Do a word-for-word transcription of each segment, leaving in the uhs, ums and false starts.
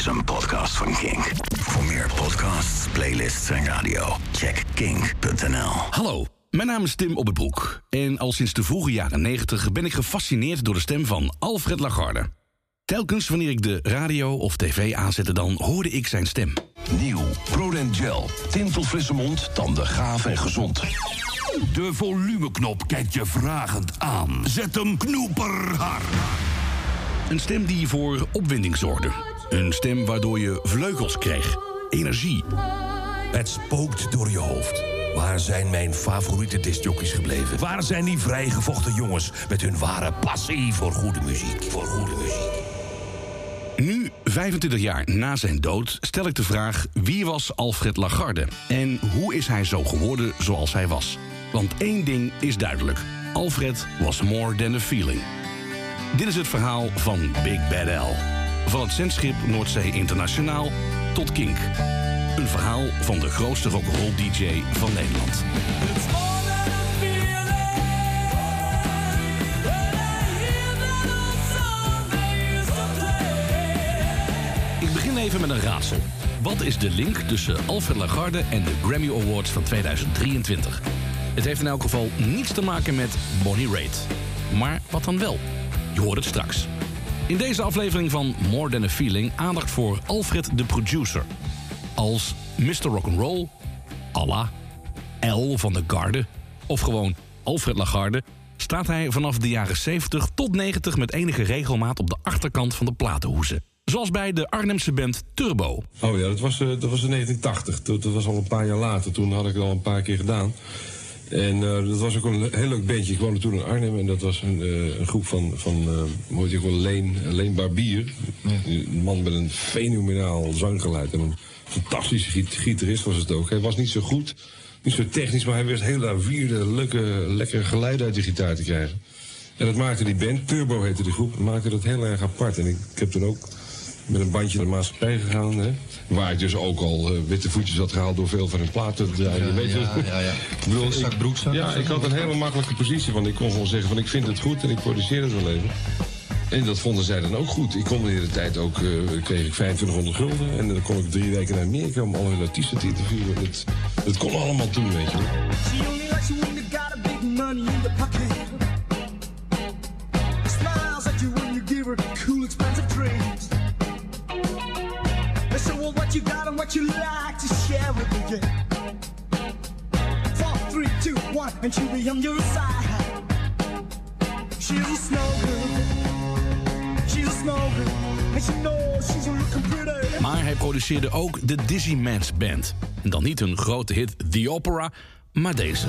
is een podcast van Kink. Voor meer podcasts, playlists en radio, check kink punt n l. Hallo, mijn naam is Tim Op het Broek. En al sinds de vroege jaren negentig ben ik gefascineerd door de stem van Alfred Lagarde. Telkens wanneer ik de radio of tv aanzette, dan hoorde ik zijn stem. Nieuw, ProDent Gel. Tintelfrisse mond, tanden gaaf en gezond. De volumeknop kijkt je vragend aan. Zet hem knoeperhard. Een stem die voor opwinding zorgde. Een stem waardoor je vleugels kreeg. Energie. Het spookt door je hoofd. Waar zijn mijn favoriete discjockeys gebleven? Waar zijn die vrijgevochten jongens met hun ware passie voor goede muziek? Voor goede muziek. Nu, vijfentwintig jaar na zijn dood, stel ik de vraag: wie was Alfred Lagarde? En hoe is hij zo geworden zoals hij was? Want één ding is duidelijk. Alfred was more than a feeling. Dit is het verhaal van Big Bad Al. Van het zendschip Noordzee Internationaal tot Kink. Een verhaal van de grootste rock'n'roll D J van Nederland. Ik begin even met een raadsel. Wat is de link tussen Alfred Lagarde en de Grammy Awards van tweeduizend drieëntwintig? Het heeft in elk geval niets te maken met Bonnie Raitt. Maar wat dan wel? Je hoort het straks. In deze aflevering van More Than a Feeling aandacht voor Alfred de producer. Als mister Rock'n'Roll, à la L van de Garde of gewoon Alfred Lagarde staat hij vanaf de jaren zeventig tot negentig met enige regelmaat op de achterkant van de platenhoezen. Zoals bij de Arnhemse band Turbo. Oh ja, dat was, uh, dat was in negentien tachtig. Dat was al een paar jaar later. Toen had ik het al een paar keer gedaan. En uh, dat was ook een heel leuk bandje. Ik woonde toen in Arnhem en dat was een, uh, een groep van, van uh, hoe heet je gewoon, Leen, Leen Barbier. Ja. Een man met een fenomenaal zanggeluid en een fantastische giet, gitarist was het ook. Hij was niet zo goed, niet zo technisch, maar hij wist heel lavierde, leuke, lekkere geluiden uit de gitaar te krijgen. En dat maakte die band, Turbo heette die groep, maakte dat heel erg apart. En ik, ik heb toen ook met een bandje naar de maatschappij gegaan, hè, waar ik dus ook al uh, witte voetjes had gehaald door veel van hun platen te draaien. Ja, weet je? ja, ja, ja. Ik bedoel, ik, zak, broekzak, ja, ik had een hele makkelijke positie, want ik kon gewoon zeggen van ik vind het goed en ik produceer het wel even. En dat vonden zij dan ook goed. Ik kon in de tijd ook, uh, kreeg ik vijfentwintighonderd gulden en dan kon ik drie weken naar Amerika om al hun artiesten te interviewen. Dat, dat kon allemaal toen, weet je. She only likes you when you got a big money in the pocket. Smiles at you when you give her cool expensive drinks. So well, what you got and what you like to share with me, yeah. Four, three, two, one, and she'll be on your side. She's a smoker, she's a smoker, and she knows she's looking pretty. Maar hij produceerde ook de Dizzy Man's Band. En dan niet hun grote hit The Opera, maar deze.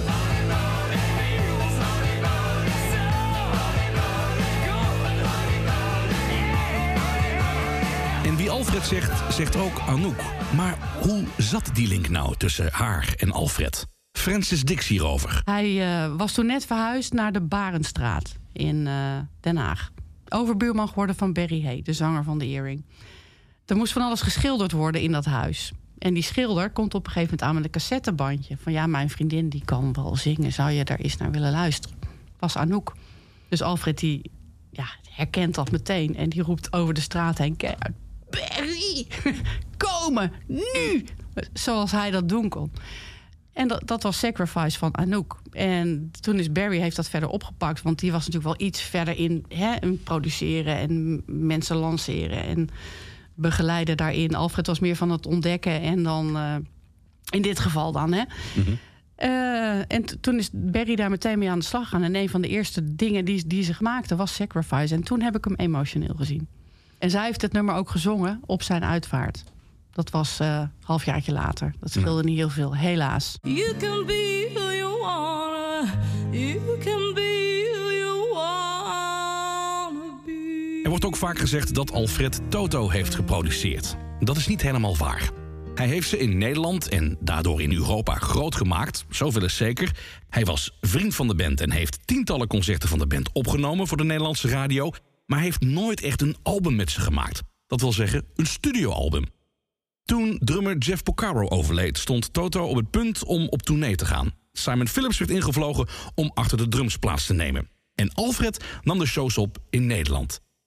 En wie Alfred zegt, zegt ook Anouk. Maar hoe zat die link nou tussen haar en Alfred? Francis Dix hierover. Hij uh, was toen net verhuisd naar de Barenstraat in uh, Den Haag. Overbuurman geworden van Barry Hay, de zanger van The Earring. Er moest van alles geschilderd worden in dat huis. En die schilder komt op een gegeven moment aan met een cassettebandje. Van ja, mijn vriendin die kan wel zingen. Zou je daar eens naar willen luisteren? Was Anouk. Dus Alfred die ja, herkent dat meteen. En die roept over de straat heen keihard: Barry, komen, nu! Zoals hij dat doen kon. En dat, dat was Sacrifice van Anouk. En toen is Barry heeft dat verder opgepakt. Want die was natuurlijk wel iets verder in, hè, in produceren en mensen lanceren en begeleiden daarin. Alfred was meer van het ontdekken en dan uh, in dit geval dan. Hè. Mm-hmm. Uh, en t- toen is Barry daar meteen mee aan de slag gegaan. En een van de eerste dingen die, die ze maakte was Sacrifice. En toen heb ik hem emotioneel gezien. En zij heeft het nummer ook gezongen op zijn uitvaart. Dat was een uh, halfjaartje later. Dat scheelde niet heel veel, helaas. You can be who you wanna. You can be who you wanna be. Er wordt ook vaak gezegd dat Alfred Toto heeft geproduceerd. Dat is niet helemaal waar. Hij heeft ze in Nederland en daardoor in Europa groot gemaakt. Zoveel is zeker. Hij was vriend van de band en heeft tientallen concerten van de band opgenomen voor de Nederlandse radio. Maar hij heeft nooit echt een album met ze gemaakt. Dat wil zeggen, een studioalbum. Toen drummer Jeff Porcaro overleed, stond Toto op het punt om op tournee te gaan. Simon Phillips werd ingevlogen om achter de drums plaats te nemen. En Alfred nam de shows op in Nederland.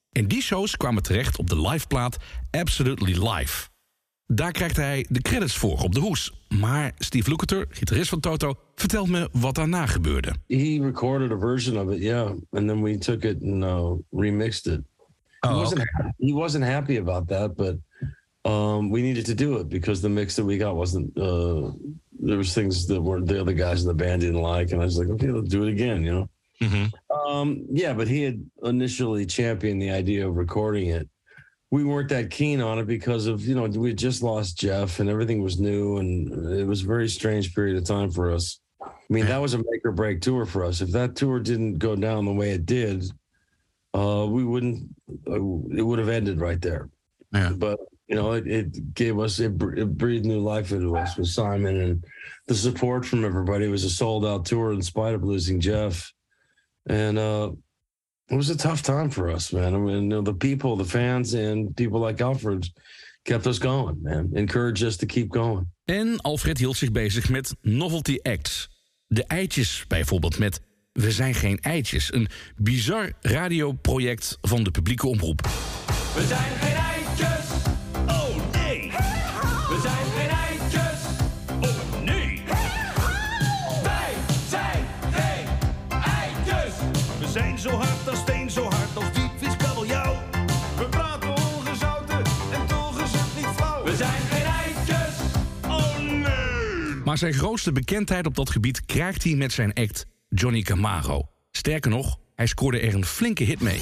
En die shows kwamen terecht op de liveplaat Absolutely Live. Daar krijgt hij de credits voor op de hoes. Maar Steve Lukather, gitarist van Toto, vertelt me wat daarna gebeurde. He recorded a version of it, yeah. And then we took it and uh, remixed it. Oh, he, wasn't, okay. he wasn't happy about that, but um, we needed to do it because the mix that we got wasn't... Uh, there was things that were the other guys in the band didn't like. And I was like, okay, let's do it again, you know? Mm-hmm. Um, yeah, but he had initially championed the idea of recording it. We weren't that keen on it because of, you know, we had just lost Jeff and everything was new and it was a very strange period of time for us. I mean, that was a make or break tour for us. If that tour didn't go down the way it did, uh, we wouldn't, uh, it would have ended right there. Yeah. But, you know, it, it gave us, it, it breathed new life into us with Simon and the support from everybody. It was a sold out tour in spite of losing Jeff. And, uh, it was a tough time for us, man. I mean, you know, the people, the fans, and people like Alfred kept us going, man. Encouraged us to keep going. En Alfred hield zich bezig met novelty acts. De Eitjes bijvoorbeeld met We zijn geen eitjes. Een bizar radioproject van de publieke omroep. We zijn geen eitjes. Oh nee. We zijn geen eitjes. Oh nee. Wij zijn geen eitjes. We zijn zo hard als steen, zo hard als diepvieskabeljauw. We praten ongezouten en toch is het niet flauw. We zijn geen eitjes. Oh nee. Maar zijn grootste bekendheid op dat gebied krijgt hij met zijn act Johnny Camaro. Sterker nog, hij scoorde er een flinke hit mee.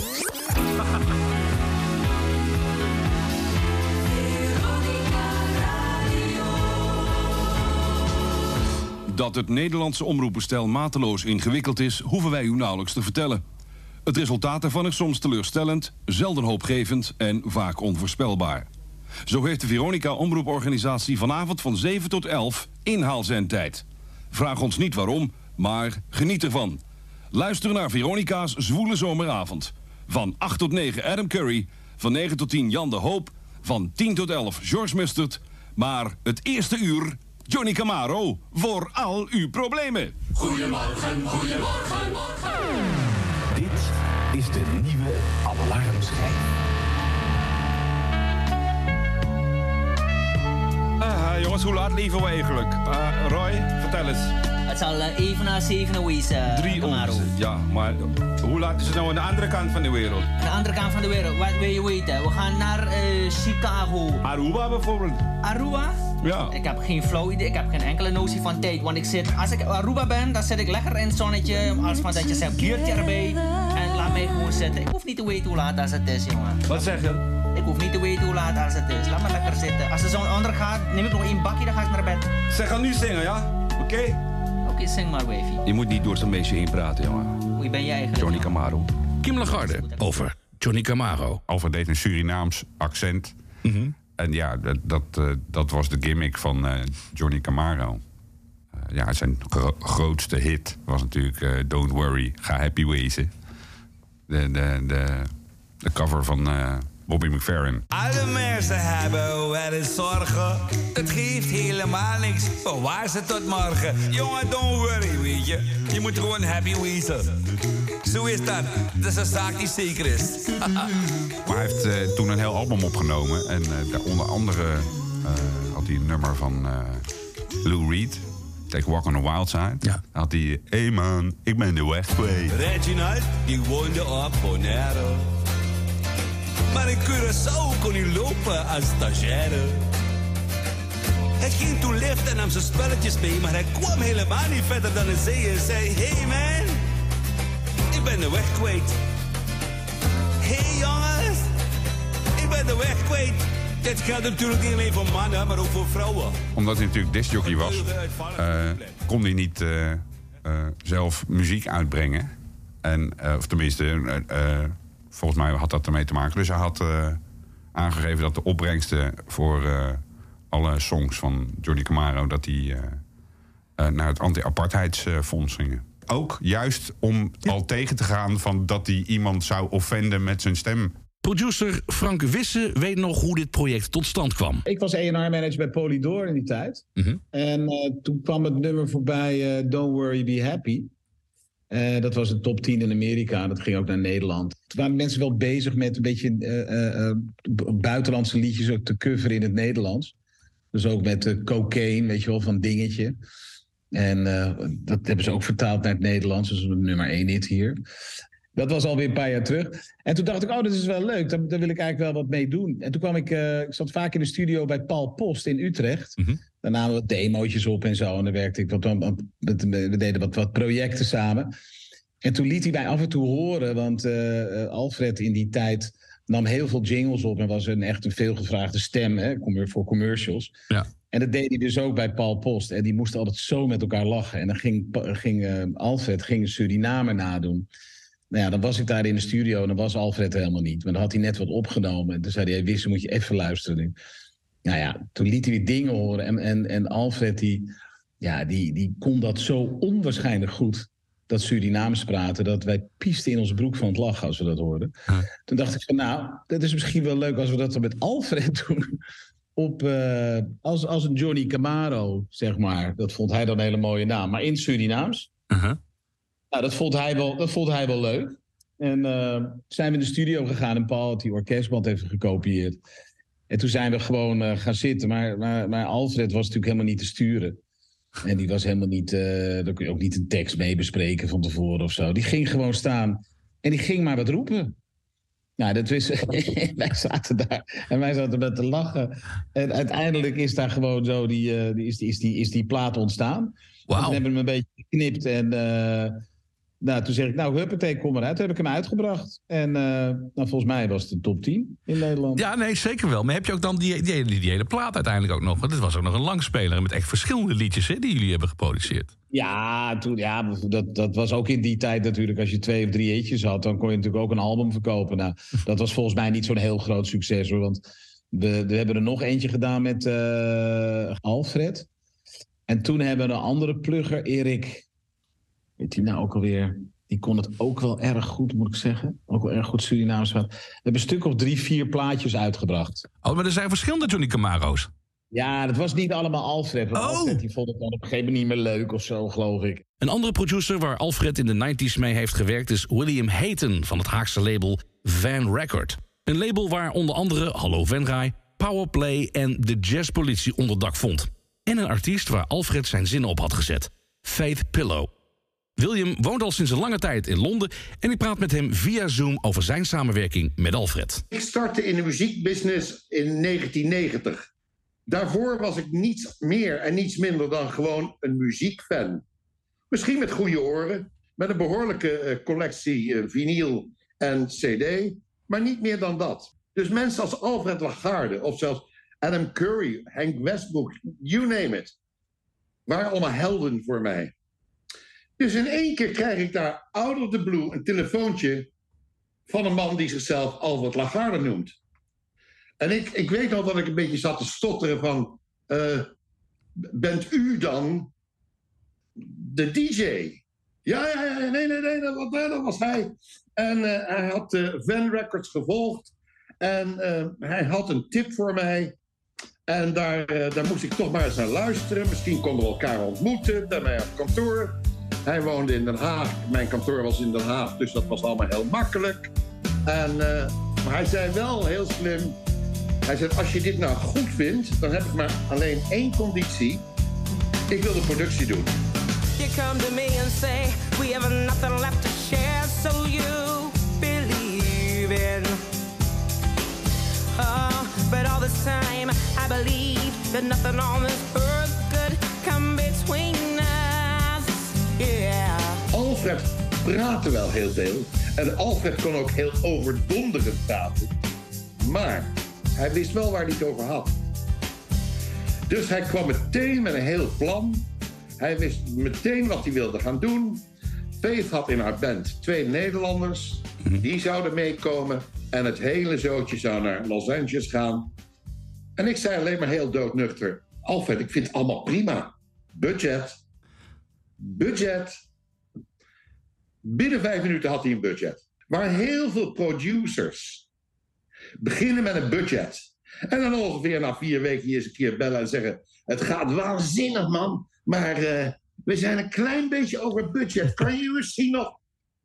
Dat het Nederlandse omroepenstel mateloos ingewikkeld is, hoeven wij u nauwelijks te vertellen. Het resultaat ervan is soms teleurstellend, zelden hoopgevend en vaak onvoorspelbaar. Zo heeft de Veronica omroeporganisatie vanavond van zeven tot elf inhaalzendtijd. Vraag ons niet waarom, maar geniet ervan. Luister naar Veronica's Zwoele Zomeravond. Van acht tot negen Adam Curry, van negen tot tien Jan de Hoop, van tien tot elf George Mustard. Maar het eerste uur, Johnny Camaro, voor al uw problemen. Goedemorgen, goedemorgen, morgen. Dit is de nieuwe alarmschijf. Ah, jongens, hoe laat leven we eigenlijk? Uh, Roy, vertel eens. Het zal uh, even na zeven wezen, Drie Camaro. uur. Ja, maar hoe laat is het nou aan de andere kant van de wereld? Aan de andere kant van de wereld, wat wil je weten? We gaan naar uh, Chicago. Aruba bijvoorbeeld? Aruba? Ja. Ik heb geen flauw idee, ik heb geen enkele notie van tijd. Want ik zit, als ik Aruba ben, dan zit ik lekker in het zonnetje. Als van dat je zegt, biertje erbij. En laat mij gewoon zitten. Ik hoef niet te weten hoe laat als het is, jongen. Wat zeg je? Ik hoef niet te weten hoe laat als het is. Laat me lekker zitten. Als de zon ondergaat, neem ik nog één bakje, dan ga ik naar bed. Zeg, ga nu zingen, ja? Oké? Oké, okay, zing maar, wavy. Je moet niet door zo'n beestje heen praten, jongen. Wie ben jij eigenlijk? Johnny Camaro. Kim Lagarde over Johnny Camaro. Alfred deed een Surinaams accent. Mm-hmm. En ja, dat, dat, uh, dat was de gimmick van uh, Johnny Camaro. Uh, ja, zijn gro- grootste hit was natuurlijk uh, Don't Worry, Ga Happy Wezen. De, de, de, de cover van uh, Bobby McFerrin. Alle mensen hebben wel eens zorgen. Het geeft helemaal niks. Bewaar ze tot morgen. Jongen, don't worry, weet je. Je moet gewoon happy wezen. Zo is dat. Dat is een zaak die zeker is. Maar hij heeft uh, toen een heel album opgenomen. En uh, daar onder andere uh, had hij een nummer van uh, Lou Reed. Take Walk on the Wild Side. Ja. Dan had hij, hey man, ik ben de weg kwijt. Reginald, die woonde op Bonaire. Maar in Curaçao kon hij lopen als stagiaire. Hij ging toen lift en nam zijn spelletjes mee. Maar hij kwam helemaal niet verder dan een zee. En zei, hey man, ik ben de weg kwijt. Hey jongens, ik ben de weg kwijt. Dit geldt natuurlijk niet alleen voor mannen, maar ook voor vrouwen. Omdat hij natuurlijk discjockey was, uh, kon hij niet uh, uh, zelf muziek uitbrengen. En, uh, of tenminste, uh, uh, volgens mij had dat ermee te maken. Dus hij had uh, aangegeven dat de opbrengsten voor uh, alle songs van Johnny Camaro, dat die uh, uh, naar het anti-apartheidsfonds gingen. Ook juist om al tegen te gaan van dat hij iemand zou offenden met zijn stem. Producer Frank Wisse weet nog hoe dit project tot stand kwam. Ik was A en R-manager bij Polydor in die tijd. Mm-hmm. En uh, toen kwam het nummer voorbij, uh, Don't Worry, Be Happy. Uh, dat was een top tien in Amerika. Dat ging ook naar Nederland. Toen waren mensen wel bezig met een beetje uh, uh, buitenlandse liedjes ook te coveren in het Nederlands. Dus ook met uh, Cocaine, weet je wel, van Dingetje. En uh, dat hebben ze ook vertaald naar het Nederlands. Dus nummer één hit hier. Dat was alweer een paar jaar terug. En toen dacht ik, oh, dat is wel leuk. Daar, daar wil ik eigenlijk wel wat mee doen. En toen kwam ik... Uh, ik zat vaak in de studio bij Paul Post in Utrecht. Mm-hmm. Daar namen we wat demootjes op en zo. En dan werkte ik wat... We deden wat, wat projecten samen. En toen liet hij mij af en toe horen. Want uh, Alfred in die tijd nam heel veel jingles op. En was een echt een veelgevraagde stem, hè, voor commercials. Ja. En dat deed hij dus ook bij Paul Post. En die moesten altijd zo met elkaar lachen. En dan ging, ging uh, Alfred ging een Surinamer nadoen. Nou ja, dan was ik daar in de studio en dan was Alfred er helemaal niet. Maar dan had hij net wat opgenomen. En toen zei hij, hey, Wisse, moet je even luisteren. Nou ja, toen liet hij weer dingen horen. En, en, en Alfred, die, ja, die, die kon dat zo onwaarschijnlijk goed, dat Surinaams praten, dat wij piesten in onze broek van het lachen als we dat hoorden. Huh. Toen dacht ik van, nou, dat is misschien wel leuk als we dat dan met Alfred doen. Op, uh, als, als een Johnny Camaro, zeg maar. Dat vond hij dan een hele mooie naam. Maar in Surinaams. Uh-huh. Nou, dat vond hij wel, dat vond hij wel leuk. En uh, zijn we in de studio gegaan en Paul had die orkestband even gekopieerd. En toen zijn we gewoon uh, gaan zitten. Maar, maar, maar Alfred was natuurlijk helemaal niet te sturen. En die was helemaal niet... Uh, daar kun je ook niet een tekst mee bespreken van tevoren of zo. Die ging gewoon staan en die ging maar wat roepen. Nou, dat was, wij zaten daar en wij zaten met te lachen. En uiteindelijk is daar gewoon zo die, uh, die, is, die, is, die, is die plaat ontstaan. Wow. Toen hebben we hem een beetje geknipt en... Uh, Nou, toen zeg ik, nou, huppatee, kom eruit. Toen heb ik hem uitgebracht. En uh, nou, volgens mij was het de top tien in Nederland. Ja, nee, zeker wel. Maar heb je ook dan die, die, die, die hele plaat uiteindelijk ook nog? Want het was ook nog een langspeler met echt verschillende liedjes, hè, die jullie hebben geproduceerd. Ja, toen, ja dat, dat was ook in die tijd natuurlijk. Als je twee of drie hitjes had, dan kon je natuurlijk ook een album verkopen. Nou, dat was volgens mij niet zo'n heel groot succes, hoor. Want we, we hebben er nog eentje gedaan met uh, Alfred. En toen hebben we een andere plugger, Erik... Weet die nou ook alweer? Die kon het ook wel erg goed, moet ik zeggen. Ook wel erg goed Surinaams. We hebben een stuk of drie, vier plaatjes uitgebracht. Oh, maar er zijn verschillende Johnny Camaro's. Ja, dat was niet allemaal Alfred. Want oh. Alfred die vond het dan op een gegeven moment niet meer leuk of zo, geloof ik. Een andere producer waar Alfred in de negentig mee heeft gewerkt is William Hayton van het Haagse label Van Record. Een label waar onder andere Hallo Venray, Powerplay en de Jazzpolitie onder dak vond. En een artiest waar Alfred zijn zinnen op had gezet. Faith Pillow. William woont al sinds een lange tijd in Londen en ik praat met hem via Zoom over zijn samenwerking met Alfred. Ik startte in de muziekbusiness in negentien negentig. Daarvoor was ik niets meer en niets minder dan gewoon een muziekfan. Misschien met goede oren, met een behoorlijke uh, collectie uh, vinyl en cd, maar niet meer dan dat. Dus mensen als Alfred Lagarde of zelfs Adam Curry, Hank Westbrook, you name it, waren allemaal helden voor mij. Dus in één keer krijg ik daar out of the blue een telefoontje van een man die zichzelf Alfred Lagarde noemt. En ik, ik weet al dat ik een beetje zat te stotteren van... Uh, bent u dan de D J? Ja, ja, ja, nee, nee, nee, dat was, dat was hij. En uh, hij had uh, Van Records gevolgd. En uh, hij had een tip voor mij. En daar, uh, daar moest ik toch maar eens naar luisteren. Misschien konden we elkaar ontmoeten bij mij op kantoor. Hij woonde in Den Haag. Mijn kantoor was in Den Haag, dus dat was allemaal heel makkelijk. En, uh, maar hij zei wel heel slim... Hij zei, als je dit nou goed vindt, dan heb ik maar alleen één conditie. Ik wil de productie doen. You come to me and say, we have nothing left to share, so you believe in. Oh, but all this time I believe that nothing on this earth could come between us. Yeah. Alfred praatte wel heel veel. En Alfred kon ook heel overdonderend praten. Maar hij wist wel waar hij het over had. Dus hij kwam meteen met een heel plan. Hij wist meteen wat hij wilde gaan doen. Faith had in haar band twee Nederlanders. Die zouden meekomen. En het hele zootje zou naar Los Angeles gaan. En ik zei alleen maar heel doodnuchter... Alfred, ik vind het allemaal prima. Budget. Budget. Binnen vijf minuten had hij een budget. Waar heel veel producers... beginnen met een budget. En dan ongeveer na vier weken eens een keer bellen en zeggen... het gaat waanzinnig, man. Maar uh, we zijn een klein beetje over budget. Kan je eens zien nog?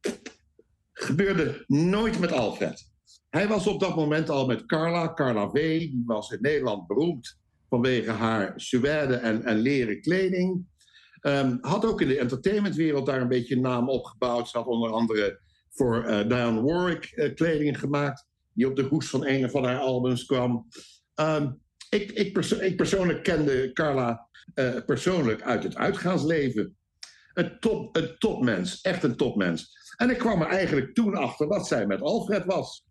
Gebeurde nooit met Alfred. Hij was op dat moment al met Carla, Carla V. Die was in Nederland beroemd vanwege haar suède en, en leren kleding. Um, had ook in de entertainmentwereld daar een beetje een naam opgebouwd. Ze had onder andere voor uh, Dionne Warwick uh, kleding gemaakt, die op de hoes van een van haar albums kwam. Um, ik, ik, perso- ik persoonlijk kende Carla uh, persoonlijk uit het uitgaansleven. Een, top, een topmens, echt een topmens. En ik kwam er eigenlijk toen achter wat zij met Alfred was.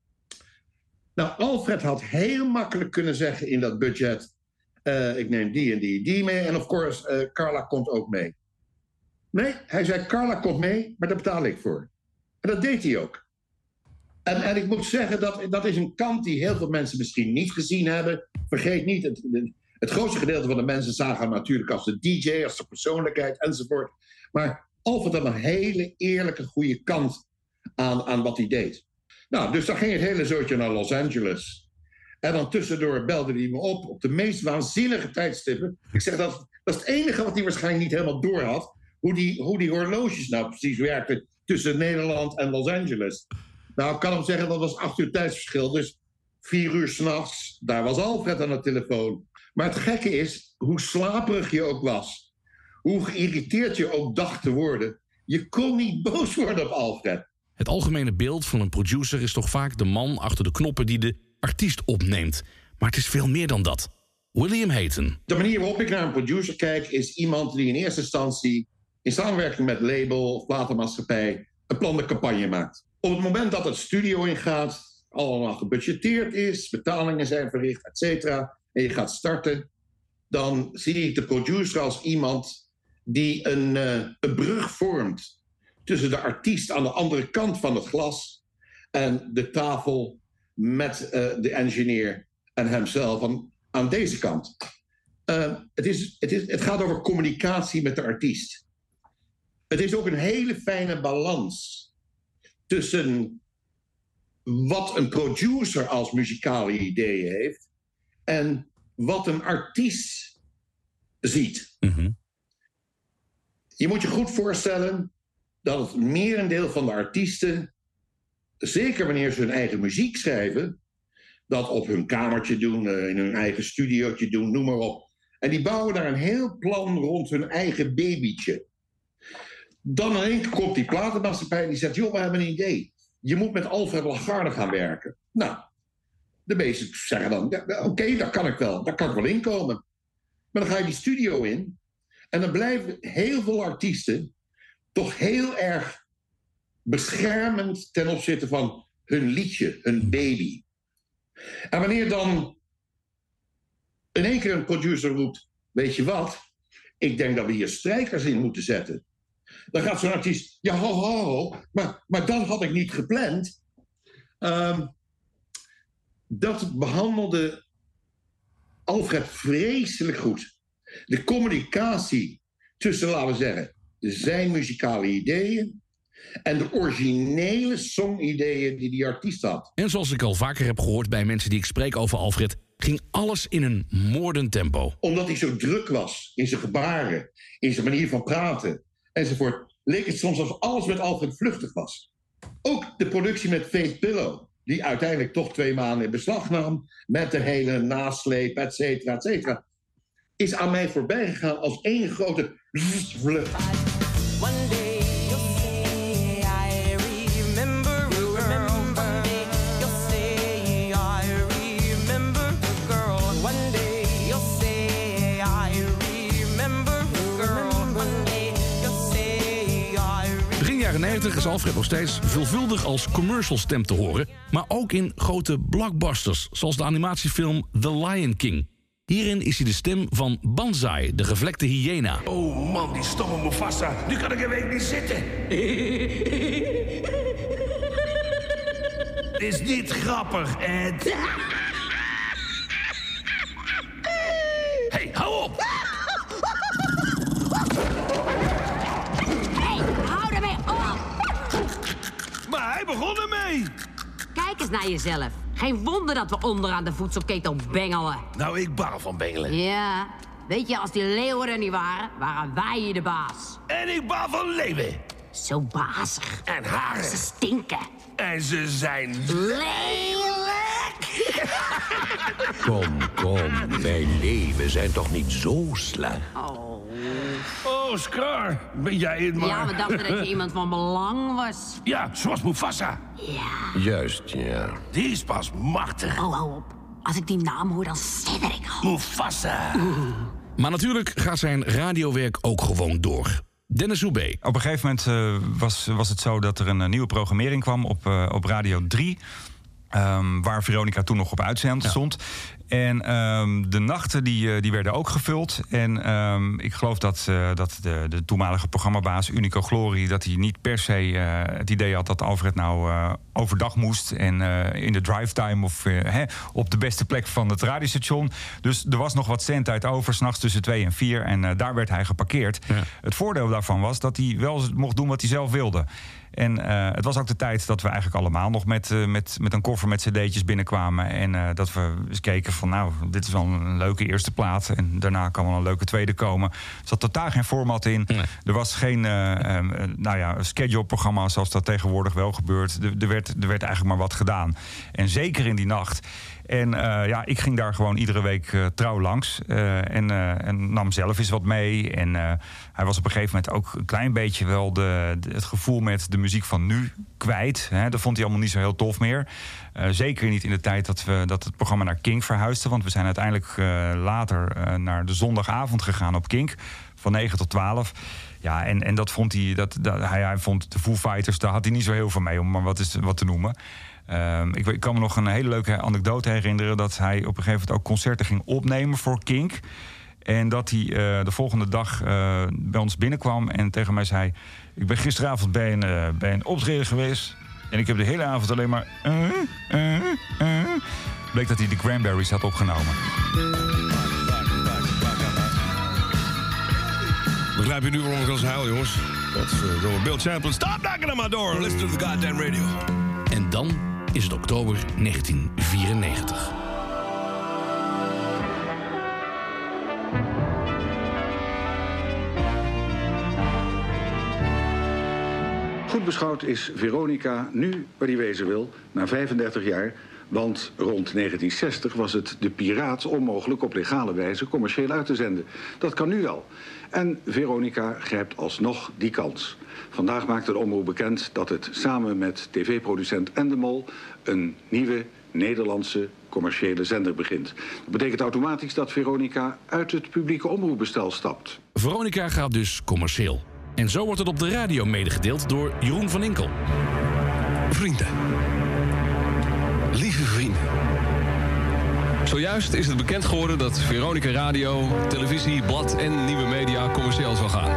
Nou, Alfred had heel makkelijk kunnen zeggen in dat budget, Uh, ik neem die en die en die mee. En of course, uh, Carla komt ook mee. Nee, hij zei, Carla komt mee, maar daar betaal ik voor. En dat deed hij ook. En, en ik moet zeggen, dat, dat is een kant die heel veel mensen misschien niet gezien hebben. Vergeet niet, het, het grootste gedeelte van de mensen zagen hem natuurlijk als de D J, als de persoonlijkheid enzovoort. Maar Alfred had een hele eerlijke, goede kant aan, aan wat hij deed. Nou, dus dan ging het hele zootje naar Los Angeles. En dan tussendoor belde hij me op op de meest waanzinnige tijdstippen. Ik zeg, dat, dat is het enige wat hij waarschijnlijk niet helemaal door had. Hoe die, hoe die horloges nou precies werkten tussen Nederland en Los Angeles. Nou, ik kan hem zeggen, dat was acht uur tijdsverschil. Dus vier uur 's nachts, daar was Alfred aan de telefoon. Maar het gekke is, hoe slaperig je ook was, hoe geïrriteerd je ook dacht te worden, je kon niet boos worden op Alfred. Het algemene beeld van een producer is toch vaak de man achter de knoppen die de artiest opneemt. Maar het is veel meer dan dat. William Hayton. De manier waarop ik naar een producer kijk is iemand die in eerste instantie in samenwerking met label of platenmaatschappij een plan de campagne maakt. Op het moment dat het studio ingaat, allemaal gebudgeteerd is, betalingen zijn verricht, et cetera, en je gaat starten, dan zie ik de producer als iemand die een, uh, een brug vormt tussen de artiest aan de andere kant van het glas en de tafel met uh, de engineer en hemzelf aan, aan deze kant. Uh, het, is, het, is, het gaat over communicatie met de artiest. Het is ook een hele fijne balans tussen wat een producer als muzikale ideeën heeft en wat een artiest ziet. Mm-hmm. Je moet je goed voorstellen dat het merendeel van de artiesten, zeker wanneer ze hun eigen muziek schrijven, dat op hun kamertje doen, in hun eigen studiootje doen, noem maar op. En die bouwen daar een heel plan rond hun eigen babytje. Dan in één keer komt die platenmaatschappij en die zegt, joh, we hebben een idee. Je moet met Alfred Lagarde gaan werken. Nou, de meesten zeggen dan, ja, oké, okay, daar kan ik wel, daar kan ik wel inkomen. Maar dan ga je die studio in en dan blijven heel veel artiesten toch heel erg beschermend ten opzichte van hun liedje, hun baby. En wanneer dan in één keer een producer roept, weet je wat, ik denk dat we hier strijkers in moeten zetten. Dan gaat zo'n artiest, ja ho ho ho, maar, maar dat had ik niet gepland. Um, dat behandelde Alfred vreselijk goed. De communicatie tussen, laten we zeggen, zijn muzikale ideeën en de originele songideeën die die artiest had. En zoals ik al vaker heb gehoord bij mensen die ik spreek over Alfred, ging alles in een moordend tempo. Omdat hij zo druk was in zijn gebaren, in zijn manier van praten enzovoort, leek het soms alsof alles met Alfred vluchtig was. Ook de productie met Faith Pillow, die uiteindelijk toch twee maanden in beslag nam, met de hele nasleep, et cetera, et cetera, is aan mij voorbij gegaan als één grote vlucht. One day you'll say I remember a girl. One day you'll say I remember a girl. One day you'll say I remember a girl. One day you'll say I remember. Begin jaren negentig is Alfred nog steeds veelvuldig als commercialstem te horen, maar ook in grote blockbusters, zoals de animatiefilm The Lion King. Hierin is hij de stem van Banzai, de gevlekte hyena. Oh man, die stomme Mufasa. Nu kan ik een week niet zitten. Is niet grappig, Ed. Hey, hou op! Hey, hou ermee op! Maar hij begon ermee. Kijk eens naar jezelf. Geen wonder dat we onderaan de voedselketen bengelen. Nou, ik baal van bengelen. Ja, weet je, als die leeuwen er niet waren, waren wij de baas. En ik baal van leeuwen. Zo bazig. En haren. Ze stinken. En ze zijn Lelijk! Kom, kom. Wij leeuwen zijn toch niet zo slecht? Oh. Oh, Scar. Ben jij het maar? Ja, we dachten dat je iemand van belang was. Ja, zoals Mufasa. Ja. Juist, ja. Die is pas machtig. Oh, hou op. Als ik die naam hoor, dan sidder ik al. Mufasa. Maar natuurlijk gaat zijn radiowerk ook gewoon door. Dennis Hoebe. Op een gegeven moment uh, was, was het zo dat er een uh, nieuwe programmering kwam op, uh, op Radio drie. Um, waar Veronica toen nog op uitzend ja. stond. En um, de nachten die, uh, die werden ook gevuld. En um, ik geloof dat, uh, dat de, de toenmalige programmabaas Unico Glory... dat hij niet per se uh, het idee had dat Alfred nou uh, overdag moest... en uh, in de drivetime of uh, hè, op de beste plek van het radiostation. Dus er was nog wat zendtijd over, 's nachts tussen twee en vier. En uh, daar werd hij geparkeerd. Ja. Het voordeel daarvan was dat hij wel mocht doen wat hij zelf wilde. En uh, het was ook de tijd dat we eigenlijk allemaal nog met, uh, met, met een koffer met cd'tjes binnenkwamen. En uh, dat we eens keken van nou, dit is wel een leuke eerste plaat. En daarna kan wel een leuke tweede komen. Er zat totaal geen format in. Nee. Er was geen uh, um, uh, nou ja, schedule-programma zoals dat tegenwoordig wel gebeurt. Er, er, werd, er werd eigenlijk maar wat gedaan. En zeker in die nacht. En uh, ja, ik ging daar gewoon iedere week uh, trouw langs. Uh, en, uh, en nam zelf eens wat mee. En uh, hij was op een gegeven moment ook een klein beetje wel de, de, het gevoel met de muziek van nu kwijt. Hè. Dat vond hij allemaal niet zo heel tof meer. Uh, zeker niet in de tijd dat, we, dat het programma naar Kink verhuisde. Want we zijn uiteindelijk uh, later uh, naar de zondagavond gegaan op Kink. Van negen tot twaalf. Ja, en, en dat vond hij, dat, dat, hij, hij vond de Foo Fighters, daar had hij niet zo heel veel mee, om maar wat, is, wat te noemen. Uh, ik, ik kan me nog een hele leuke anekdote herinneren dat hij op een gegeven moment ook concerten ging opnemen voor Kink. En dat hij uh, de volgende dag uh, bij ons binnenkwam en tegen mij zei: ik ben gisteravond bij een, uh, bij een optreden geweest en ik heb de hele avond alleen maar uh, uh, uh. Bleek dat hij de Cranberries had opgenomen. Begrijp je nu waarom ik als huil, jongens? Dat is uh, door Bill Champlin. Stop knocking on my door. Listen to the goddamn radio. En dan is het oktober negentien vierennegentig. Goed beschouwd is Veronica nu waar die wezen wil, na vijfendertig jaar. Want rond negentien zestig was het de piraat onmogelijk op legale wijze commercieel uit te zenden. Dat kan nu wel. En Veronica grijpt alsnog die kans. Vandaag maakte de omroep bekend dat het samen met tv-producent Endemol een nieuwe Nederlandse commerciële zender begint. Dat betekent automatisch dat Veronica uit het publieke omroepbestel stapt. Veronica gaat dus commercieel. En zo wordt het op de radio medegedeeld door Jeroen van Inkel. Vrienden. Lieve vrienden. Zojuist is het bekend geworden dat Veronica Radio, televisie, blad en nieuwe media commercieel zal gaan.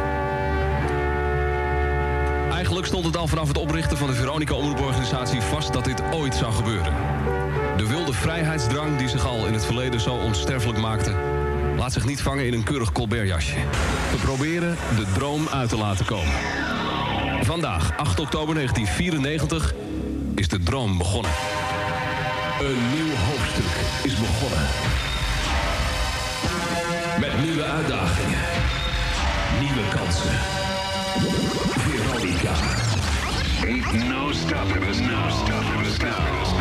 Eigenlijk stond het al vanaf het oprichten van de Veronica Omroeporganisatie vast dat dit ooit zou gebeuren. De wilde vrijheidsdrang die zich al in het verleden zo onsterfelijk maakte, laat zich niet vangen in een keurig Colbertjasje. We proberen de droom uit te laten komen. Vandaag, acht oktober negentien vierennegentig, is de droom begonnen. Een nieuw hoofdstuk is begonnen. Met nieuwe uitdagingen. Nieuwe kansen. Veronica. Ain't no stopping us now. Stopping us now.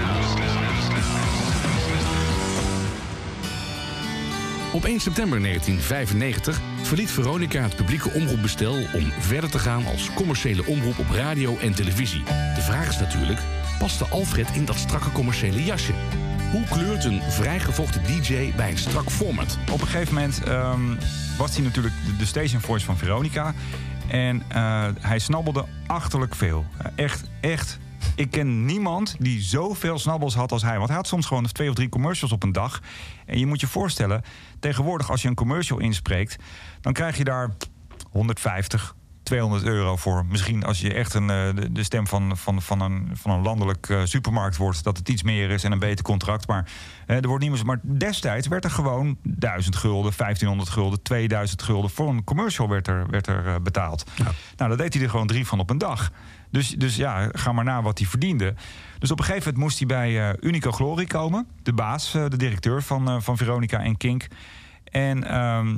Op één september negentien vijfennegentig verliet Veronica het publieke omroepbestel om verder te gaan als commerciële omroep op radio en televisie. De vraag is natuurlijk, paste Alfred in dat strakke commerciële jasje? Hoe kleurt een vrijgevochten D J bij een strak format? Op een gegeven moment um, was hij natuurlijk de, de station voice van Veronica. En uh, hij snabbelde achterlijk veel. Uh, echt, echt. Ik ken niemand die zoveel snabbels had als hij. Want hij had soms gewoon twee of drie commercials op een dag. En je moet je voorstellen, tegenwoordig als je een commercial inspreekt, dan krijg je daar honderdvijftig, tweehonderd euro voor. Misschien als je echt een, de, de stem van, van, van, een, van een landelijk uh, supermarkt wordt, dat het iets meer is en een beter contract. Maar uh, er wordt niet meer. Maar destijds werd er gewoon duizend gulden, vijftienhonderd gulden, tweeduizend gulden voor een commercial werd er, werd er uh, betaald. Ja. Nou, dat deed hij er gewoon drie van op een dag. Dus, dus ja, ga maar na wat hij verdiende. Dus op een gegeven moment moest hij bij uh, Unico Glory komen. De baas, uh, de directeur van, uh, van Veronica en Kink. En um,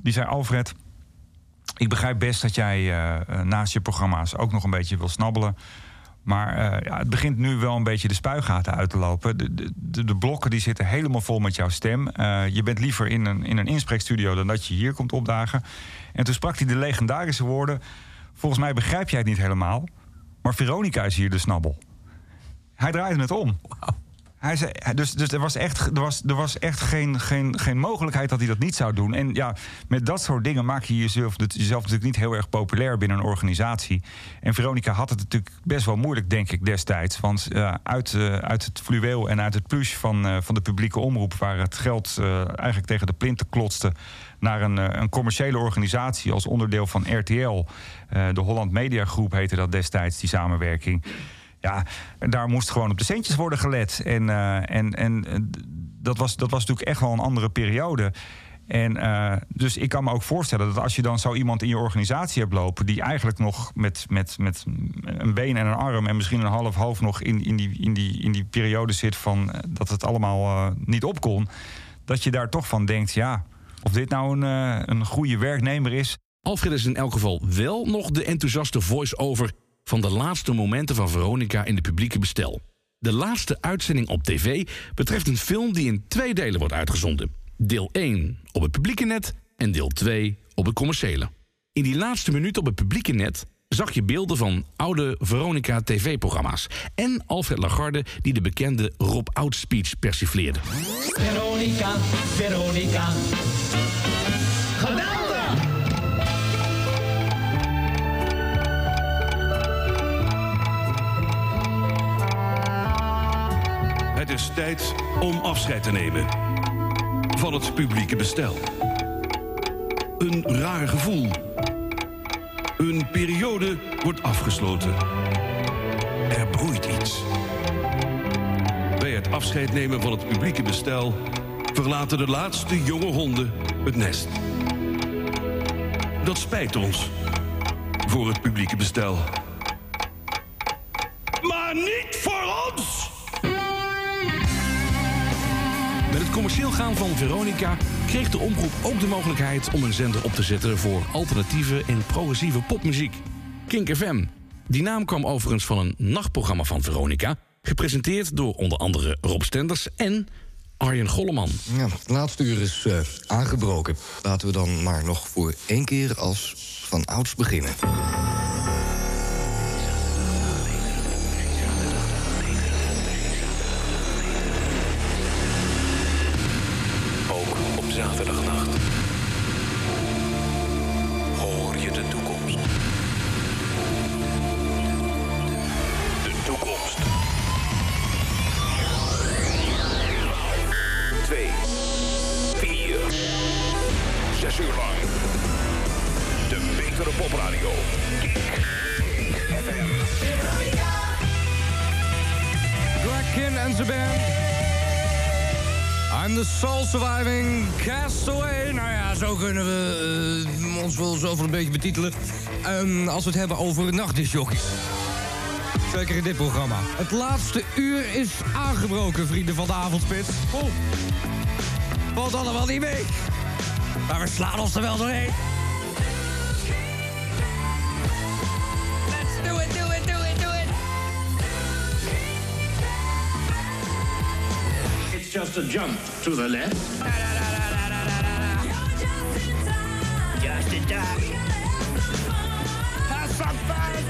Die zei: Alfred, ik begrijp best dat jij uh, naast je programma's ook nog een beetje wil snabbelen. Maar uh, ja, het begint nu wel een beetje de spuigaten uit te lopen. De, de, de blokken die zitten helemaal vol met jouw stem. Uh, je bent liever in een, in een inspreekstudio dan dat je hier komt opdagen. En toen sprak hij de legendarische woorden: volgens mij begrijp jij het niet helemaal, maar Veronica is hier de snabbel. Hij draaide het om. Wow. Hij zei, dus dus er was echt, er was, er was echt geen, geen, geen mogelijkheid dat hij dat niet zou doen. En ja, met dat soort dingen maak je jezelf, jezelf natuurlijk niet heel erg populair binnen een organisatie. En Veronica had het natuurlijk best wel moeilijk, denk ik, destijds. Want uh, uit, uh, uit het fluweel en uit het pluche van, uh, van de publieke omroep, waar het geld uh, eigenlijk tegen de plinten klotste, naar een, uh, een commerciële organisatie als onderdeel van R T L. Uh, de Holland Media Groep heette dat destijds, die samenwerking. Ja, daar moest gewoon op de centjes worden gelet. En, uh, en, en dat, was, dat was natuurlijk echt wel een andere periode. En uh, dus ik kan me ook voorstellen dat als je dan zo iemand in je organisatie hebt lopen, die eigenlijk nog met, met, met een been en een arm en misschien een half hoofd nog in, in, die, in, die, in die periode zit van dat het allemaal uh, niet op kon, dat je daar toch van denkt, ja, of dit nou een, uh, een goede werknemer is. Alfred is in elk geval wel nog de enthousiaste voice-over van de laatste momenten van Veronica in de publieke bestel. De laatste uitzending op tv betreft een film die in twee delen wordt uitgezonden. Deel één op het publieke net en deel twee op het commerciële. In die laatste minuut op het publieke net zag je beelden van oude Veronica tv-programma's. En Alfred Lagarde die de bekende Rob Oud speech persifleerde. Veronica, Veronica. Geweldig! Het is tijd om afscheid te nemen van het publieke bestel. Een raar gevoel. Een periode wordt afgesloten. Er broeit iets. Bij het afscheid nemen van het publieke bestel verlaten de laatste jonge honden het nest. Dat spijt ons voor het publieke bestel. Maar niet voor ons! Met het commercieel gaan van Veronica kreeg de omroep ook de mogelijkheid om een zender op te zetten voor alternatieve en progressieve popmuziek. Kink F M. Die naam kwam overigens van een nachtprogramma van Veronica, gepresenteerd door onder andere Rob Stenders en Arjen Golleman. Ja, het laatste uur is uh, aangebroken. Laten we dan maar nog voor één keer als van ouds beginnen. Zaterdagnacht. Hoor je de toekomst? De toekomst. Twee, vier, zes uur lang. De betere popradio. Kink F M. Greg en zijn band. I'm the soul surviving castaway. Nou ja, zo kunnen we uh, ons wel zoveel een beetje betitelen. Um, als we het hebben over nachtdiscjockeys. Zeker in dit programma. Het laatste uur is aangebroken, vrienden van de avondspits. Oh. Valt allemaal niet mee. Maar we slaan ons er wel doorheen. Let's do it, do it, do it, do it. It's just a jump to the left. Just in time. Have some fun.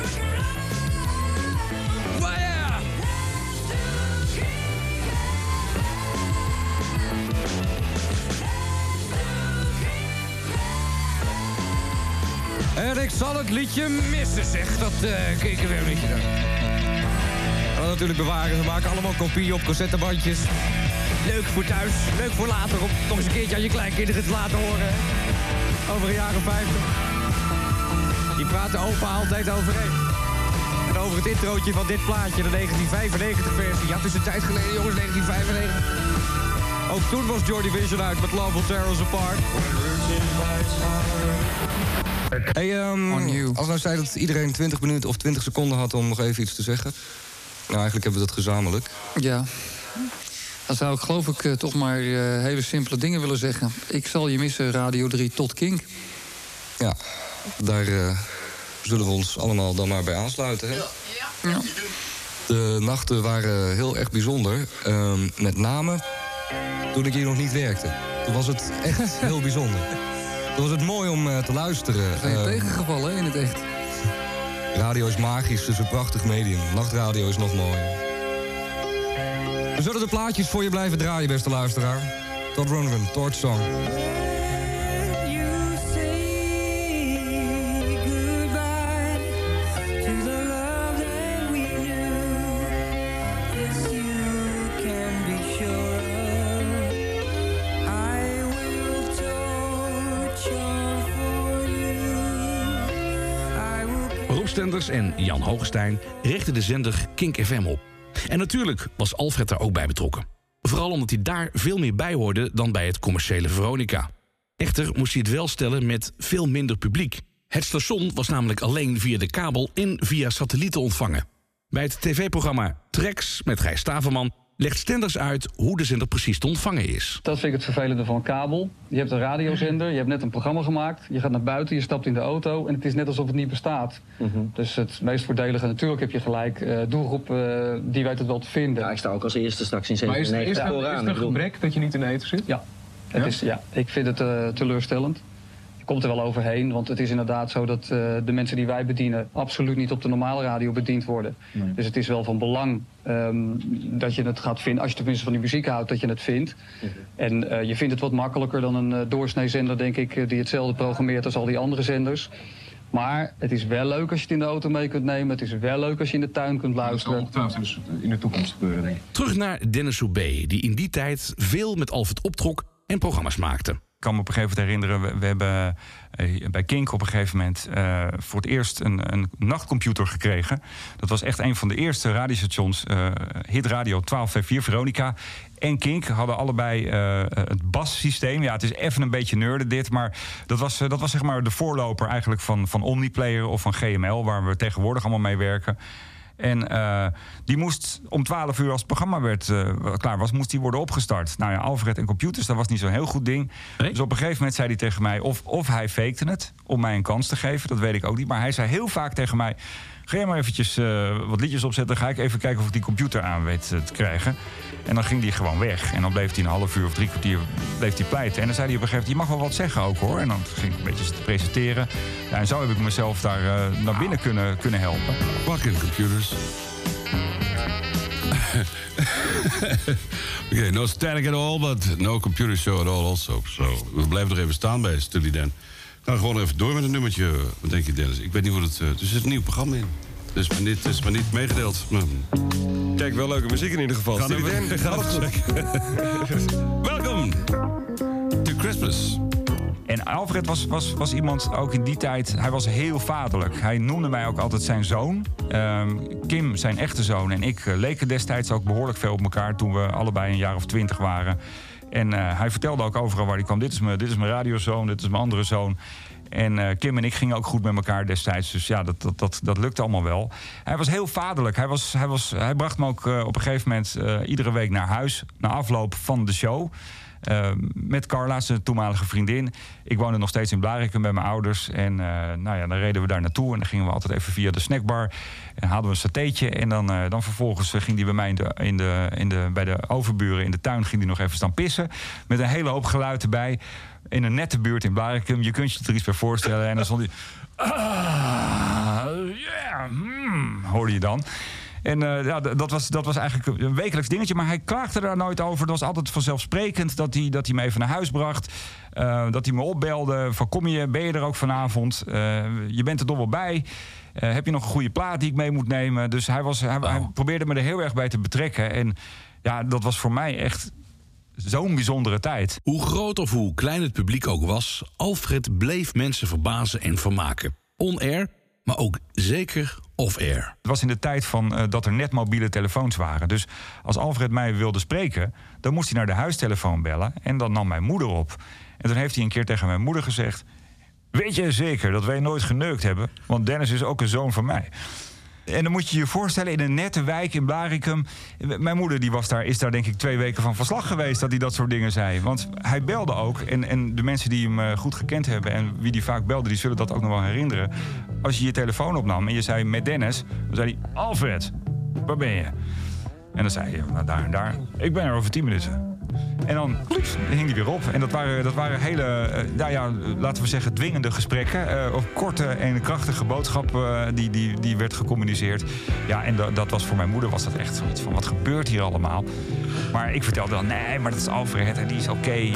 Well, yeah. En ik zal het liedje missen, zeg. Dat uh, keken weer een liedje dan. Gaan we natuurlijk bewaren. We maken allemaal kopieën op cassettebandjes. Leuk voor thuis, leuk voor later. Om nog eens een keertje aan je kleinkinderen te laten horen. Over de jaren vijftig. Die praten opa altijd overheen. En over het introotje van dit plaatje, de negentien vijfennegentig versie. Ja, het is een tijd geleden, jongens, negentien vijfennegentig. Ook toen was Joy Division uit met Love Will Tear Us Apart. Hey, um, als nou zei dat iedereen twintig minuten of twintig seconden had om nog even iets te zeggen. Nou, eigenlijk hebben we dat gezamenlijk. Ja. Dan zou ik geloof ik uh, toch maar uh, hele simpele dingen willen zeggen. Ik zal je missen, Radio drie tot Kink. Ja, daar uh, zullen we ons allemaal dan maar bij aansluiten. Hè? Ja. Ja. De nachten waren heel erg bijzonder. Uh, met name toen ik hier nog niet werkte. Toen was het echt heel bijzonder. Toen was het mooi om uh, te luisteren. Ben je uh, tegengevallen, hè, in het echt? Radio is magisch, dus een prachtig medium. Nachtradio is nog mooier. We zullen de plaatjes voor je blijven draaien, beste luisteraar. Todd Rundgren, Torch Song. Rob Stenders en Jan Hoogestein richtten de zender Kink F M op. En natuurlijk was Alfred daar ook bij betrokken. Vooral omdat hij daar veel meer bij hoorde dan bij het commerciële Veronica. Echter moest hij het wel stellen met veel minder publiek. Het station was namelijk alleen via de kabel en via satelliet te ontvangen. Bij het tv-programma Treks met Gijs Staverman legt Stenders uit hoe de zender precies te ontvangen is. Dat vind ik het vervelende van kabel. Je hebt een radiozender, je hebt net een programma gemaakt. Je gaat naar buiten, je stapt in de auto en het is net alsof het niet bestaat. Mm-hmm. Dus het meest voordelige, natuurlijk heb je gelijk, uh, doelgroep uh, die weet het wel te vinden. Ja, ik sta ook als eerste straks in zevenennegentig Maar is, is, is, is is er een gebrek dat je niet in de eten zit? Ja, het ja? Is, ja. Ik vind het uh, teleurstellend. Je komt er wel overheen, want het is inderdaad zo dat uh, de mensen die wij bedienen absoluut niet op de normale radio bediend worden. Nee. Dus het is wel van belang um, dat je het gaat vinden, als je tenminste van die muziek houdt, dat je het vindt. Mm-hmm. En uh, je vindt het wat makkelijker dan een uh, doorsneezender, denk ik, uh, die hetzelfde programmeert als al die andere zenders. Maar het is wel leuk als je het in de auto mee kunt nemen. Het is wel leuk als je in de tuin kunt luisteren. Dat zal ongetwijfeld in de toekomst gebeuren, denk ik. Terug naar Dennis Soubé, die in die tijd veel met Alfred optrok en programma's maakte. Ik kan me op een gegeven moment herinneren, we, we hebben uh, bij Kink op een gegeven moment uh, voor het eerst een, een nachtcomputer gekregen. Dat was echt een van de eerste radiostations, uh, Hit Radio twaalf vijfenveertig, Veronica en Kink hadden allebei uh, het bassysteem. Ja, het is even een beetje nerden dit, maar dat was, uh, dat was zeg maar de voorloper eigenlijk van, van Omniplayer of van G M L, waar we tegenwoordig allemaal mee werken. En uh, die moest om twaalf uur, als het programma werd, uh, klaar was, moest die worden opgestart. Nou ja, Alfred en computers, dat was niet zo'n heel goed ding. Nee? Dus op een gegeven moment zei hij tegen mij, of, of hij fakte het om mij een kans te geven. Dat weet ik ook niet. Maar hij zei heel vaak tegen mij, ga jij maar eventjes uh, wat liedjes opzetten. Dan ga ik even kijken of ik die computer aan weet uh, te krijgen. En dan ging die gewoon weg. En dan bleef hij een half uur of drie kwartier bleef die pleiten. En dan zei hij op een gegeven moment, je mag wel wat zeggen ook hoor. En dan ging ik een beetje te presenteren. Ja, en zo heb ik mezelf daar uh, naar binnen kunnen, kunnen helpen. Fucking computers. Oké, okay, no static at all, but no computer show at all also. So, we blijven nog even staan bij Study Dan. We gaan gewoon even door met een nummertje. Wat denk je, Dennis? Ik weet niet hoe het... Uh, er zit een nieuw programma in. Dus maar niet, is maar niet meegedeeld. Maar... Kijk, wel leuke muziek in ieder geval. Gaan we gaan checken. Welkom to Christmas. En Alfred was, was, was iemand, ook in die tijd, hij was heel vaderlijk. Hij noemde mij ook altijd zijn zoon. Um, Kim, zijn echte zoon, en ik uh, leken destijds ook behoorlijk veel op elkaar toen we allebei een jaar of twintig waren. En uh, hij vertelde ook overal waar hij kwam, dit is mijn, dit is mijn radiozoon, dit is mijn andere zoon. En uh, Kim en ik gingen ook goed met elkaar destijds. Dus ja, dat, dat, dat, dat lukte allemaal wel. Hij was heel vaderlijk. Hij, was, hij, was, hij bracht me ook uh, op een gegeven moment uh, iedere week naar huis. Na afloop van de show. Uh, met Carla, zijn toenmalige vriendin. Ik woonde nog steeds in Blarikum bij mijn ouders. En uh, nou ja, dan reden we daar naartoe. En dan gingen we altijd even via de snackbar. En hadden we een satéetje. En dan, uh, dan vervolgens ging hij bij mij in de, in de, in de, bij de overburen in de tuin ging hij nog even staan pissen. Met een hele hoop geluid erbij. In een nette buurt in Blarikum. Je kunt je er iets bij voorstellen. En dan stond hij... Ah, yeah, mm, hoorde je dan. En uh, ja, dat was, dat was eigenlijk een wekelijks dingetje. Maar hij klaagde daar nooit over. Het was altijd vanzelfsprekend dat hij, dat hij me even naar huis bracht. Uh, dat hij me opbelde. Van kom je, ben je er ook vanavond? Uh, je bent er toch wel bij. Uh, heb je nog een goede plaat die ik mee moet nemen? Dus hij, was, hij, hij probeerde me er heel erg bij te betrekken. En ja, dat was voor mij echt... zo'n bijzondere tijd. Hoe groot of hoe klein het publiek ook was, Alfred bleef mensen verbazen en vermaken. On-air, maar ook zeker off-air. Het was in de tijd van uh, dat er net mobiele telefoons waren. Dus als Alfred mij wilde spreken, dan moest hij naar de huistelefoon bellen. En dan nam mijn moeder op. En toen heeft hij een keer tegen mijn moeder gezegd... weet je zeker dat wij nooit geneukt hebben? Want Dennis is ook een zoon van mij. En dan moet je je voorstellen, in een nette wijk in Blaricum. Mijn moeder die was daar, is daar denk ik twee weken van verslag geweest... dat hij dat soort dingen zei. Want hij belde ook. En, en de mensen die hem uh, goed gekend hebben... en wie die vaak belde, die zullen dat ook nog wel herinneren. Als je je telefoon opnam en je zei met Dennis... dan zei hij, Alfred, waar ben je? En dan zei je, nou, daar en daar. Ik ben er over tien minuten. En dan ploeps, hing die weer op. En dat waren, dat waren hele, uh, nou ja, laten we zeggen, dwingende gesprekken. Uh, of korte en krachtige boodschappen uh, die, die, die werd gecommuniceerd. Ja, en dat, dat was voor mijn moeder was dat echt zoiets van, wat gebeurt hier allemaal? Maar ik vertelde dan, nee, maar dat is Alfred en die is oké. Okay.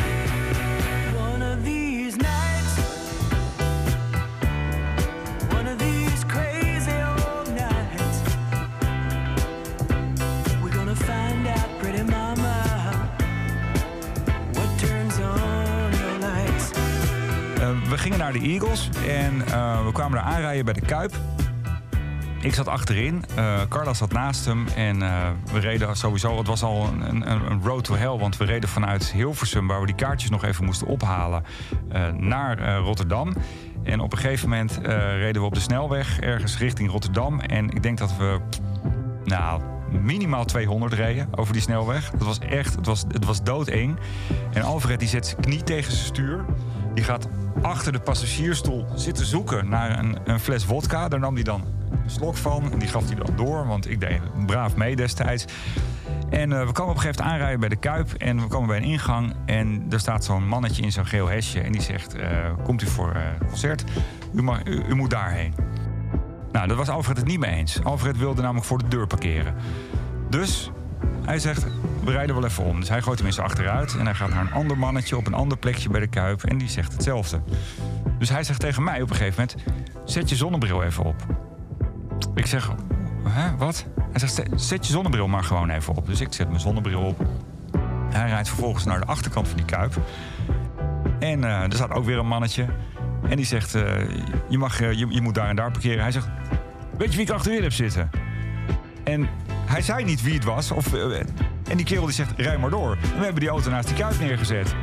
We gingen naar de Eagles en uh, we kwamen daar aanrijden bij de Kuip. Ik zat achterin, uh, Carla zat naast hem en uh, we reden sowieso... Het was al een, een, een road to hell, want we reden vanuit Hilversum... waar we die kaartjes nog even moesten ophalen, uh, naar uh, Rotterdam. En op een gegeven moment uh, reden we op de snelweg ergens richting Rotterdam. En ik denk dat we, nou, minimaal tweehonderd reden over die snelweg. Dat was echt, het was, het was doodeng. En Alfred die zet zijn knie tegen zijn stuur. Die gaat achter de passagiersstoel zitten zoeken naar een, een fles wodka. Daar nam hij dan een slok van en die gaf hij dan door. Want ik deed braaf mee destijds. En uh, we komen op een gegeven moment aanrijden bij de Kuip. En we komen bij een ingang. En er staat zo'n mannetje in zo'n geel hesje. En die zegt, uh, komt u voor uh, concert? U, mag, u, u moet daarheen. Nou, daar was Alfred het niet mee eens. Alfred wilde namelijk voor de deur parkeren. Dus hij zegt, we rijden wel even om. Dus hij gooit hem eens achteruit. En hij gaat naar een ander mannetje op een ander plekje bij de Kuip. En die zegt hetzelfde. Dus hij zegt tegen mij op een gegeven moment, zet je zonnebril even op. Ik zeg, hè, wat? Hij zegt, zet je zonnebril maar gewoon even op. Dus ik zet mijn zonnebril op. Hij rijdt vervolgens naar de achterkant van die Kuip. En uh, er staat ook weer een mannetje. En die zegt, uh, je, mag, uh, je, je moet daar en daar parkeren. Hij zegt, weet je wie ik achterin heb zitten? En hij zei niet wie het was. Of, uh, en die kerel die zegt, rij maar door. En we hebben die auto naast die Kuip neergezet.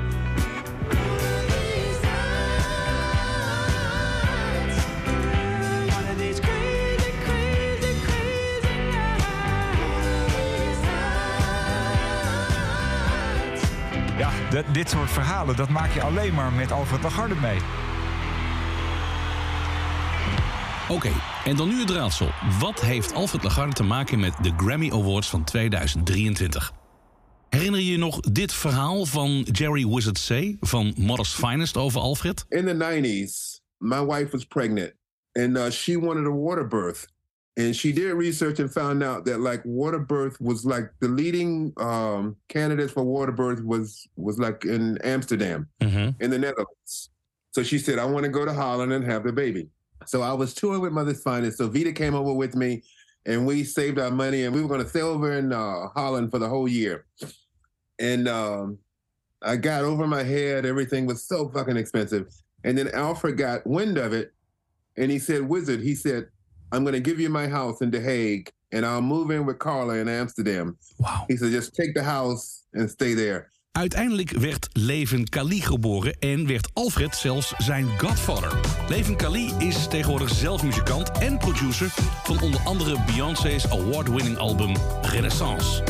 Ja, dat, dit soort verhalen, dat maak je alleen maar met Alfred Lagarde mee. Oké, okay, en dan nu het raadsel. Wat heeft Alfred Lagarde te maken met de Grammy Awards van tweeduizend drieëntwintig? Herinner je je nog dit verhaal van Jerry Wizard Say van Mother's Finest over Alfred? In the nineties, my wife was pregnant and uh, she wanted a water birth. And she did research and found out that like water birth was like the leading um, candidate for water birth was was like in Amsterdam, mm-hmm. in the Netherlands. So she said, I want to go to Holland and have the baby. So I was touring with Mother's Finest. So Vita came over with me and we saved our money and we were going to stay over in uh, Holland for the whole year. And um, I got over my head. Everything was so fucking expensive. And then Alfred got wind of it and he said, Wizard, he said, I'm going to give you my house in The Hague and I'll move in with Carla in Amsterdam. Wow. He said, just take the house and stay there. Uiteindelijk werd Leven Kali geboren en werd Alfred zelfs zijn godfather. Leven Kali is tegenwoordig zelf muzikant en producer van onder andere Beyoncé's award-winning album Renaissance.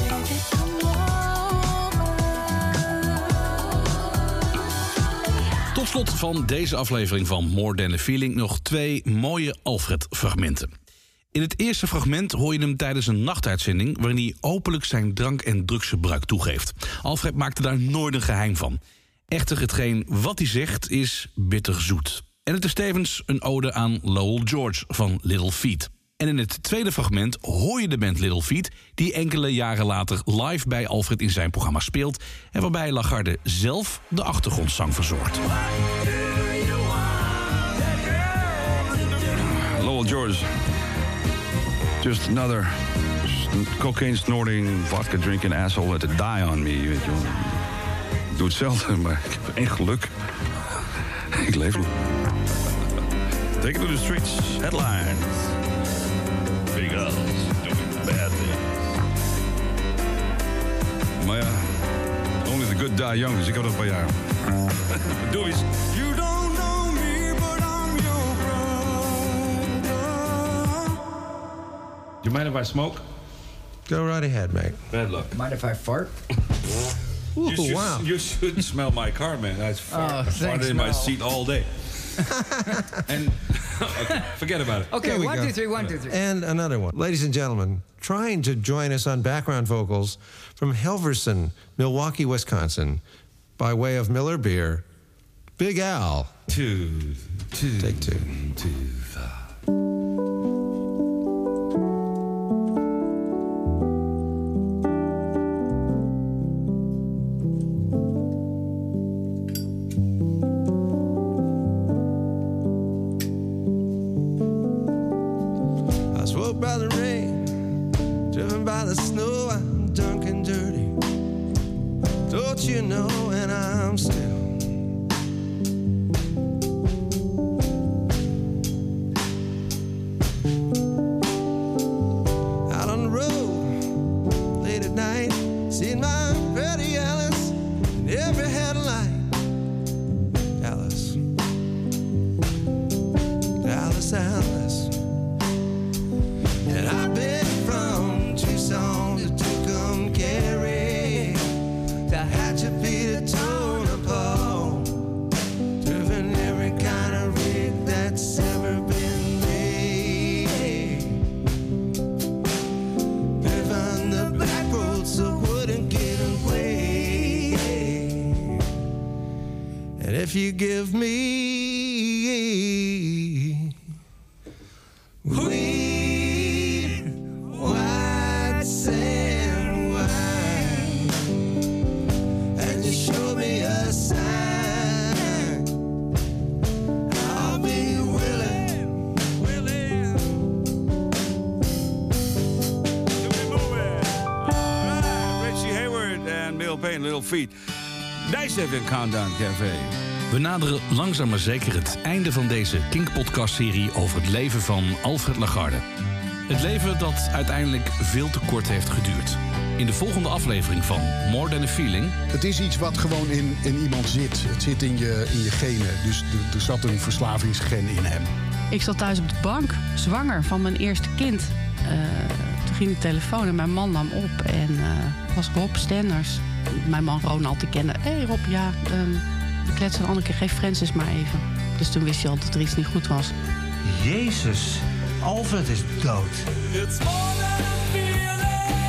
Tot slot van deze aflevering van More Than a Feeling nog twee mooie Alfred-fragmenten. In het eerste fragment hoor je hem tijdens een nachtuitzending waarin hij openlijk zijn drank- en drugsgebruik toegeeft. Alfred maakte daar nooit een geheim van. Echter, hetgeen wat hij zegt is bitterzoet. En het is tevens een ode aan Lowell George van Little Feat. En in het tweede fragment hoor je de band Little Feat, die enkele jaren later live bij Alfred in zijn programma speelt en waarbij Lagarde zelf de achtergrondzang verzorgt. Lowell George. Just another cocaine snorting, vodka drinking asshole let it die on me. Weet je wel. Ik doe hetzelfde, maar ik heb één geluk. Ik leef nog. Take it to the streets. Headlines. Big girls doing bad things. Maar ja, only the good die young, dus ik had nog een paar jaar. Doe eens. You don't know me, but I'm your brother. You mind if I smoke? Go right ahead, mate. Bad luck. Mind if I fart? You should, wow. you should smell my car, man. That's fart, Oh, farted thanks, in my Mel. seat all day. And okay, forget about it. Okay, There we one, go. two, three, one, two, three. And another one. Ladies and gentlemen, trying to join us on background vocals from Helverson, Milwaukee, Wisconsin, by way of Miller Beer, Big Al. Two, two, Take two. two, I was woke by the rain, driven by the snow, I'm drunk and dirty. Don't you know, and I'm still out on the road, late at night, seeing my pretty Alice in every headline. Alice, Alice, Alice. And I've been from Tucson to Tucumcari, to Hatchapeta, Tonopah, driven every kind of rig that's ever been made. Driven the back roads so wouldn't get away. And if you give me weed, white sand wine, and you show me a sign, I'll be willing, willing to be moving. All right, Richie Hayward en Bill Payne, Little Feet. Nice even Countdown Café. We naderen langzaam maar zeker het einde van deze Kink-podcast-serie over het leven van Alfred Lagarde. Het leven dat uiteindelijk veel te kort heeft geduurd. In de volgende aflevering van More Than a Feeling... Het is iets wat gewoon in, in iemand zit. Het zit in je, in je genen. Dus er, er zat een verslavingsgen in hem. Ik zat thuis op de bank, zwanger van mijn eerste kind. Uh, toen ging de telefoon en mijn man nam op. En uh, was Rob Stenders. Mijn man Ronald, die kende. Hé hey Rob, ja, um, we kletsen een andere keer. Geef Francis maar even. Dus toen wist hij al dat er iets niet goed was. Jezus, Alfred is dood. It's more than a feeling.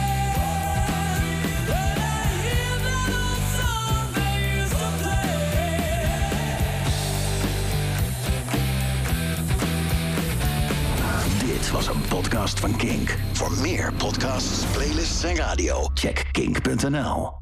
When I hear that old song they used to play. Dit was een podcast van Kink. Voor meer podcasts, playlists en radio, check kink punt n l.